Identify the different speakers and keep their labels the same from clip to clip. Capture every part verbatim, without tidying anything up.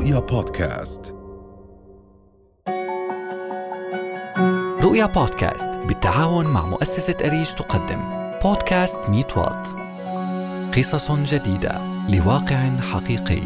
Speaker 1: رؤيا بودكاست.
Speaker 2: رؤيا بودكاست بالتعاون مع مؤسسة أريج تقدم بودكاست ميت وات، قصص جديدة لواقع حقيقي.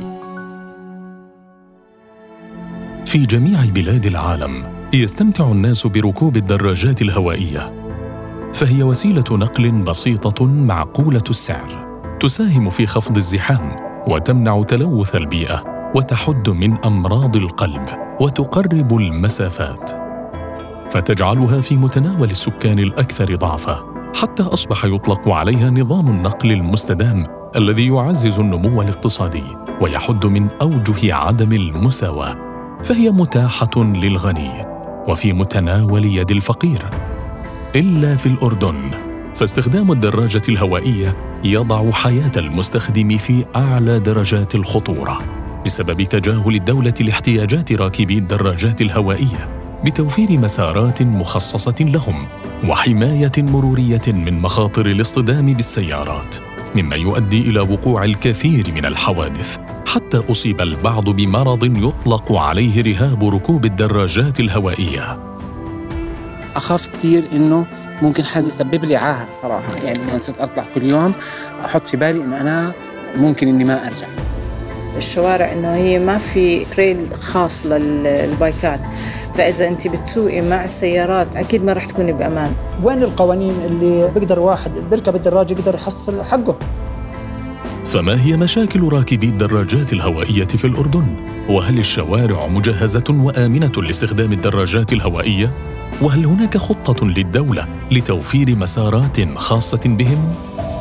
Speaker 3: في جميع بلاد العالم يستمتع الناس بركوب الدراجات الهوائية، فهي وسيلة نقل بسيطة معقولة السعر، تساهم في خفض الزحام وتمنع تلوث البيئة وتحد من أمراض القلب وتقرب المسافات، فتجعلها في متناول السكان الأكثر ضعفاً، حتى أصبح يطلق عليها نظام النقل المستدام الذي يعزز النمو الاقتصادي ويحد من أوجه عدم المساواة، فهي متاحة للغني وفي متناول يد الفقير. إلا في الأردن، فاستخدام الدراجة الهوائية يضع حياة المستخدم في أعلى درجات الخطورة بسبب تجاهل الدولة لاحتياجات راكبي الدراجات الهوائية بتوفير مسارات مخصصة لهم وحماية مرورية من مخاطر الاصطدام بالسيارات، مما يؤدي إلى وقوع الكثير من الحوادث، حتى أصيب البعض بمرض يطلق عليه رهاب ركوب الدراجات الهوائية.
Speaker 4: أخاف كثير إنه ممكن حد يسبب لي عاهة صراحة، يعني أنا صرت أطلع كل يوم أحط في بالي إن أنا ممكن إني ما أرجع.
Speaker 5: الشوارع إنه هي ما في تريل خاص للبايكات، فإذا أنت بتسوقي مع السيارات أكيد ما رح تكوني بأمان.
Speaker 6: وين القوانين اللي بيقدر واحد بيركب الدراجة يقدر يحصل حقه؟
Speaker 3: فما هي مشاكل راكبي الدراجات الهوائية في الأردن؟ وهل الشوارع مجهزة وآمنة لاستخدام الدراجات الهوائية؟ وهل هناك خطة للدولة لتوفير مسارات خاصة بهم؟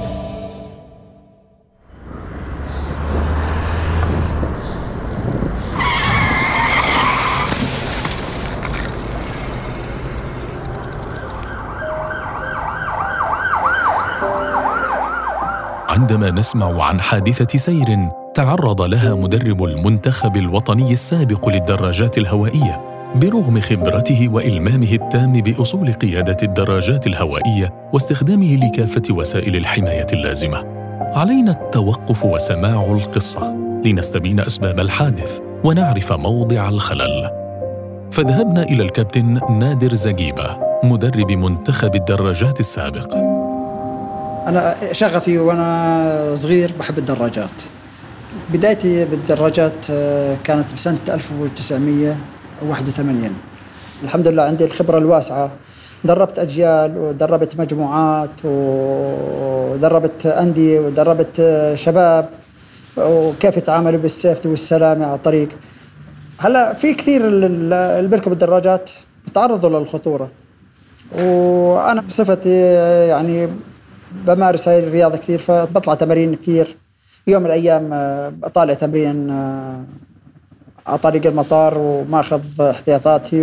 Speaker 3: عندما نسمع عن حادثة سير تعرض لها مدرب المنتخب الوطني السابق للدراجات الهوائية برغم خبرته وإلمامه التام بأصول قيادة الدراجات الهوائية واستخدامه لكافة وسائل الحماية اللازمة، علينا التوقف وسماع القصة لنستبين أسباب الحادث ونعرف موضع الخلل. فذهبنا إلى الكابتن نادر زجيبة مدرب منتخب الدراجات السابق.
Speaker 6: أنا شغفي وأنا صغير بحب الدراجات. بدايتي بالدراجات كانت بسنة ألف وتسعمية وواحد وثمانين. الحمد لله عندي الخبرة الواسعة، دربت أجيال ودربت مجموعات ودربت أندية ودربت شباب وكيف يتعاملوا بالسيفتي والسلامة على الطريق. هلأ في كثير اللي بيركبوا الدراجات بتعرضوا للخطورة، وأنا بصفتي يعني بمارس هاي الرياضة كثير، فبطلع تمارين كثير. يوم من الأيام بطالع تمرين على طريق المطار وماخذ احتياطاتي،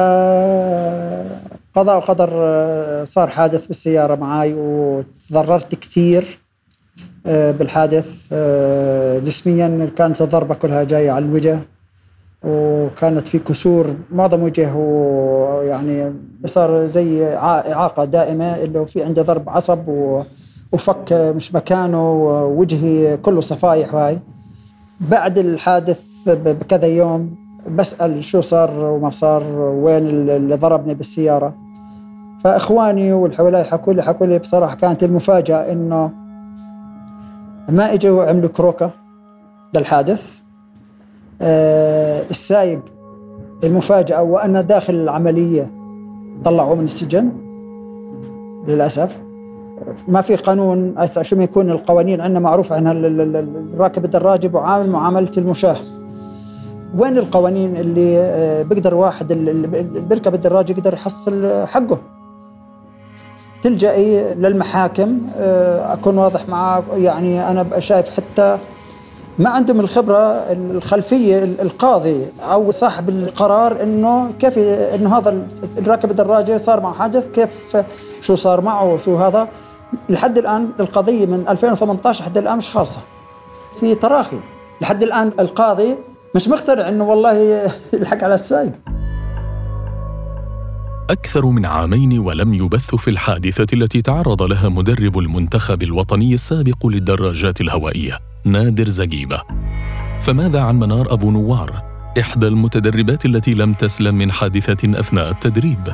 Speaker 6: فقضاء وقدر صار حادث بالسيارة معاي وتضررت كثير بالحادث. جسميا كانت الضربة كلها جاية على الوجه، وكانت في كسور معظم وجه، ويعني صار زي إعاقة دائمة، اللي في عنده ضرب عصب وفك مش مكانه ووجهي كله صفايح. هاي بعد الحادث بكذا يوم بسأل شو صار وما صار، وين اللي ضربني بالسيارة. فإخواني والحوالي حكوا لي حكوا لي بصراحة كانت المفاجأة إنه ما إجوا عملوا كروكة للحادث. آه السايق المفاجأة وأنا داخل العملية طلعوا من السجن. للأسف ما في قانون، هسه شو ما يكون القوانين عندنا معروف عنها الراكب الدراجة وعامل معاملة المشاة. وين القوانين اللي بيقدر واحد اللي بيركب الدراجة يقدر يحصل حقه؟ تلجأي للمحاكم. أكون واضح معك، يعني أنا شايف حتى ما عندهم الخبرة الخلفية القاضي أو صاحب القرار إنه كيف إنه هذا الراكب الدراجة صار معه حادث، كيف شو صار معه شو هذا. لحد الآن القضية من ألفين وثمانية عشر لحد الآن مش خالصة، في تراخي لحد الآن. القاضي مش مقتنع إنه والله الحق على السائق.
Speaker 3: أكثر من عامين ولم يبث في الحادثة التي تعرض لها مدرب المنتخب الوطني السابق للدراجات الهوائية نادر زجيبة. فماذا عن منار أبو نوار، إحدى المتدربات التي لم تسلم من حادثة أثناء التدريب؟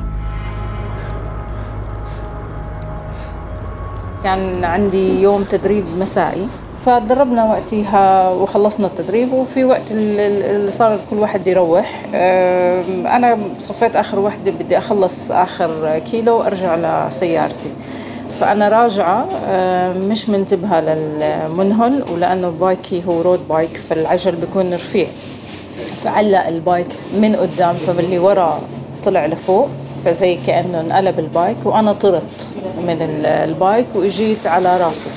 Speaker 5: كان عندي يوم تدريب مسائي، فدربنا وقتها وخلصنا التدريب، وفي وقت اللي صار كل واحد يروح أنا صفيت آخر وحدة، بدي أخلص آخر كيلو وأرجع لسيارتي. فأنا راجعة مش منتبهة للمنهل، ولأنه بايكي هو رود بايك فالعجل بيكون رفيع، فعلق البايك من قدام، فباللي ورا طلع لفوق، فزي كأنه انقلب البايك وأنا طرت من البايك وإجيت على راسي.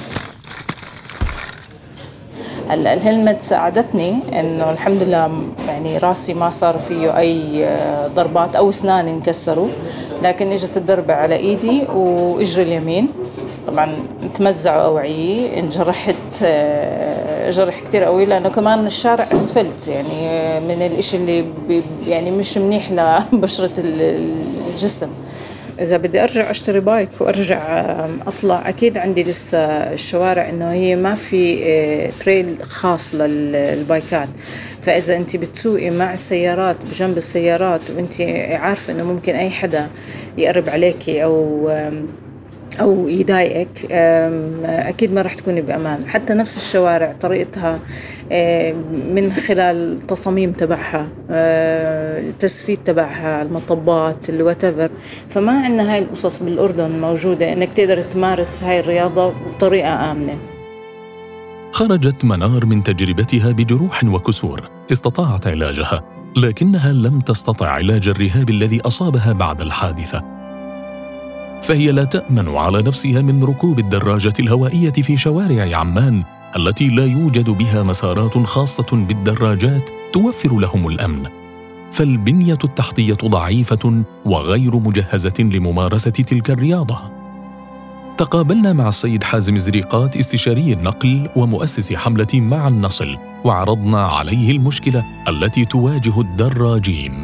Speaker 5: هلا الهلمت ساعدتني إنه الحمد لله يعني راسي ما صار فيه أي ضربات أو أسناني انكسروا، لكن إجت الضربة على إيدي وإجري اليمين، طبعا تمزعوا أوعيي، انجرحت جرح كتير قوي، لأنه كمان الشارع أسفلت يعني من الإشي اللي يعني مش منيح لبشرة الجسم. إذا بدي أرجع أشتري بايك وأرجع أطلع، أكيد عندي لسه الشوارع إنه هي ما في تريل خاص للبايكات، فإذا أنت بتسوقي مع السيارات بجنب السيارات وأنت عارفة إنه ممكن أي حدا يقرب عليكي أو أو يضايقك، أكيد ما رح تكوني بأمان. حتى نفس الشوارع طريقتها من خلال التصاميم تبعها، التسفيد تبعها، المطبات، الواتيفر، فما عندنا هاي القصص بالأردن موجودة إنك تقدر تمارس هاي الرياضة بطريقة آمنة.
Speaker 3: خرجت منار من تجربتها بجروح وكسور استطاعت علاجها، لكنها لم تستطع علاج الرهاب الذي أصابها بعد الحادثة. فهي لا تأمن على نفسها من ركوب الدراجة الهوائية في شوارع عمان التي لا يوجد بها مسارات خاصة بالدراجات توفر لهم الأمن، فالبنية التحتية ضعيفة وغير مجهزة لممارسة تلك الرياضة. تقابلنا مع السيد حازم زريقات استشاري النقل ومؤسس حملة مع النصل، وعرضنا عليه المشكلة التي تواجه الدراجين.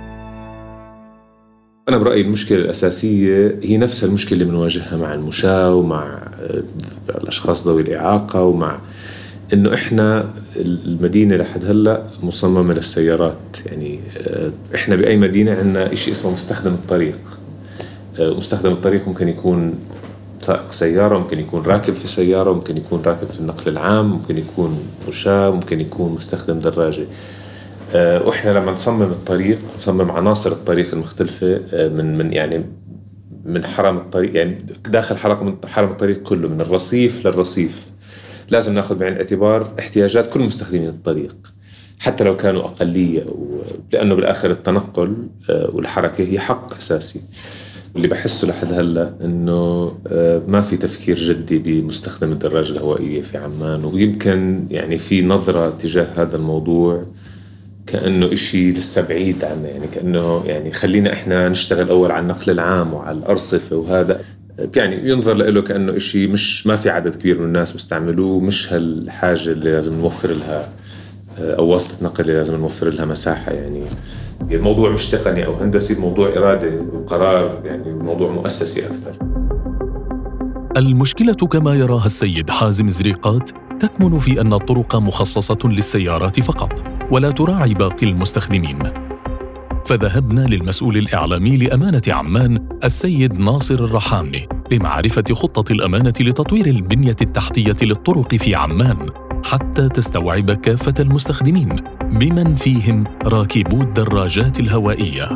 Speaker 1: أنا برأيي المشكلة الأساسية هي نفس المشكلة اللي بنواجهها مع المشاة ومع الأشخاص ذوي الإعاقة، ومع إنه إحنا المدينة لحد هلأ مصممة للسيارات. يعني إحنا بأي مدينة عندنا إشي اسمه مستخدم الطريق. مستخدم الطريق ممكن يكون سائق سيارة، ممكن يكون راكب في سيارة، ممكن يكون راكب في النقل العام، ممكن يكون مشاة، ممكن يكون مستخدم دراجة. وإحنا لما نصمم الطريق نصمم عناصر الطريق المختلفة من من يعني من حرم الطريق، يعني داخل حرم حرم الطريق كله من الرصيف للرصيف لازم ناخذ بعين الاعتبار احتياجات كل مستخدمين الطريق حتى لو كانوا أقلية، لأنه بالآخر التنقل والحركة هي حق أساسي. اللي بحسه لحد هلا إنه ما في تفكير جدي بمستخدم الدراجة الهوائية في عمان، ويمكن يعني في نظرة تجاه هذا الموضوع كأنه إشي لسه بعيد عنا، يعني كأنه يعني خلينا إحنا نشتغل أول على النقل العام وعلى الأرصفة، وهذا يعني ينظر له كأنه إشي مش ما في عدد كبير من الناس مستعملوه، مش هالحاجة اللي لازم نوفر لها أو واسطة نقل اللي لازم نوفر لها مساحة. يعني الموضوع مش تقني أو هندسي، الموضوع إرادة وقرار، يعني موضوع مؤسسي أكثر.
Speaker 3: المشكلة كما يراها السيد حازم زريقات تكمن في أن الطرق مخصصة للسيارات فقط ولا تراعي باقي المستخدمين. فذهبنا للمسؤول الإعلامي لأمانة عمان السيد ناصر الرحامني لمعرفة خطة الأمانة لتطوير البنية التحتية للطرق في عمان حتى تستوعب كافة المستخدمين بمن فيهم راكبو الدراجات الهوائية.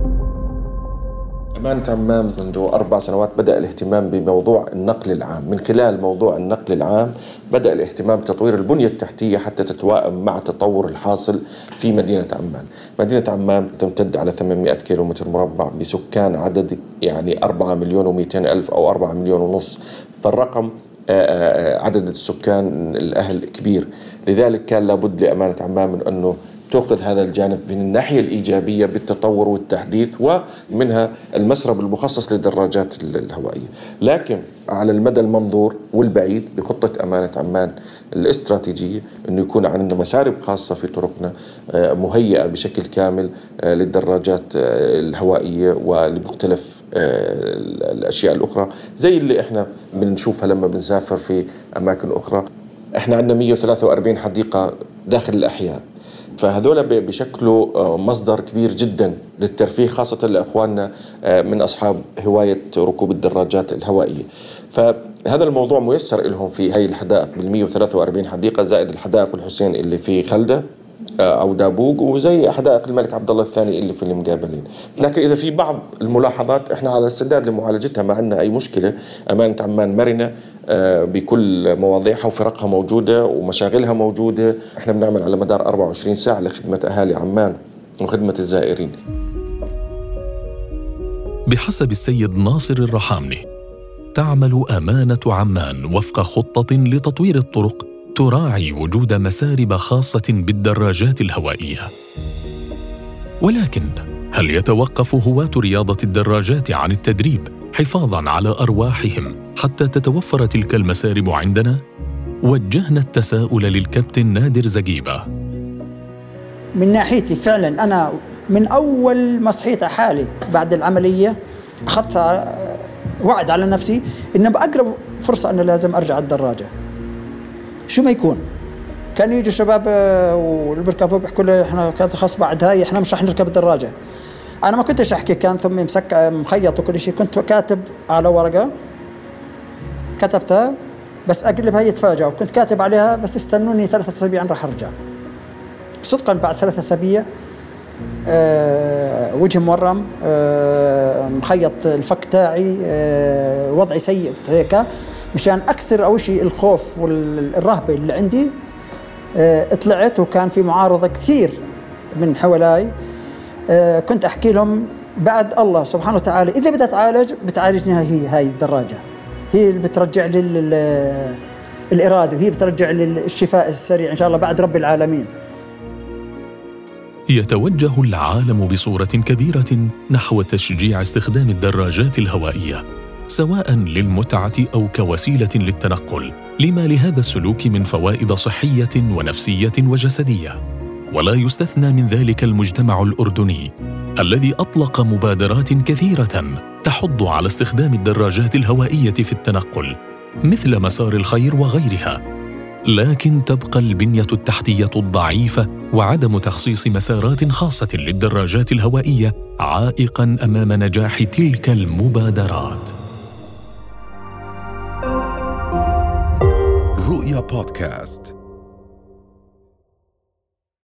Speaker 7: أمانة عمان منذ أربع سنوات بدأ الاهتمام بموضوع النقل العام. من خلال موضوع النقل العام بدأ الاهتمام بتطوير البنية التحتية حتى تتوائم مع التطور الحاصل في مدينة عمان. مدينة عمان تمتد على ثمانمائة كيلومتر مربع بسكان عدد يعني أربعة مليون ومئتين ألف أو أربعة مليون ونص، فالرقم عدد السكان الأهل كبير، لذلك كان لابد لأمانة عمان من أنه تأخذ هذا الجانب من الناحية الإيجابية بالتطور والتحديث، ومنها المسرب المخصص للدراجات الهوائية. لكن على المدى المنظور والبعيد بخطة أمانة عمان الاستراتيجية أنه يكون عندنا مسارب خاصة في طرقنا مهيئة بشكل كامل للدراجات الهوائية ولمختلف الأشياء الأخرى زي اللي إحنا بنشوفها لما بنسافر في أماكن أخرى. إحنا عندنا مئة وثلاثة وأربعين حديقة داخل الأحياء. فهذول بشكلوا مصدر كبير جدا للترفيه، خاصة لأخواننا من أصحاب هواية ركوب الدراجات الهوائية. فهذا الموضوع ميسر لهم في هاي الحدائق بالمية وثلاثة وأربعين حديقة، زائد الحدائق الحسين اللي في خلدة أو دابوق، وزي حدائق الملك عبد الله الثاني اللي في المقابلين. لكن إذا في بعض الملاحظات إحنا على استعداد لمعالجتها، ما عندنا أي مشكلة. أمانة عمان مرنة بكل مواضيعها وفرقها موجودة ومشاغلها موجودة. إحنا بنعمل على مدار أربعة وعشرين ساعة لخدمة أهالي عمان وخدمة الزائرين.
Speaker 3: بحسب السيد ناصر الرحامني، تعمل أمانة عمان وفق خطة لتطوير الطرق تراعي وجود مسارب خاصة بالدراجات الهوائية. ولكن هل يتوقف هواة رياضة الدراجات عن التدريب حفاظاً على أرواحهم حتى تتوفر تلك المسارب عندنا؟ وجهنا التساؤل للكابتن نادر زقيبة.
Speaker 6: من ناحيتي فعلاً أنا من أول ما صحيت حالي بعد العملية أخذت وعد على نفسي إنه بأقرب فرصة أنه لازم أرجع الدراجة شو ما يكون. كان يجوا شباب واللي بيركبوا بيحكوا لي إحنا كانت خاص بعد هاي إحنا مش رح نركب الدراجة. أنا ما كنتش أحكي، كان ثمي مسك مخيط وكل شيء، كنت كاتب على ورقة كتبتها بس أقلب هاي يتفاجأوا، كنت كاتب عليها بس استنوني ثلاثة أسابيع رح أرجع. صدقاً بعد ثلاثة أسابيع أه وجه مورم، أه مخيط الفك تاعي، أه وضعي سيء هيك، مشان أكسر أول شيء الخوف والرهبة اللي عندي. أه طلعت وكان في معارضة كثير من حوالي. أه كنت أحكي لهم بعد الله سبحانه وتعالى إذا بدها تعالج بتعالجني هي هاي الدراجة، هي اللي بترجع لي الإرادة وهي بترجع لي الشفاء السريع إن شاء الله بعد رب العالمين.
Speaker 3: يتوجه العالم بصورة كبيرة نحو تشجيع استخدام الدراجات الهوائية سواء للمتعة أو كوسيلة للتنقل، لما لهذا السلوك من فوائد صحية ونفسية وجسدية. ولا يستثنى من ذلك المجتمع الأردني الذي أطلق مبادرات كثيرة تحض على استخدام الدراجات الهوائية في التنقل مثل مسار الخير وغيرها. لكن تبقى البنية التحتية الضعيفة وعدم تخصيص مسارات خاصة للدراجات الهوائية عائقاً أمام نجاح تلك المبادرات.
Speaker 8: رؤيا بودكاست.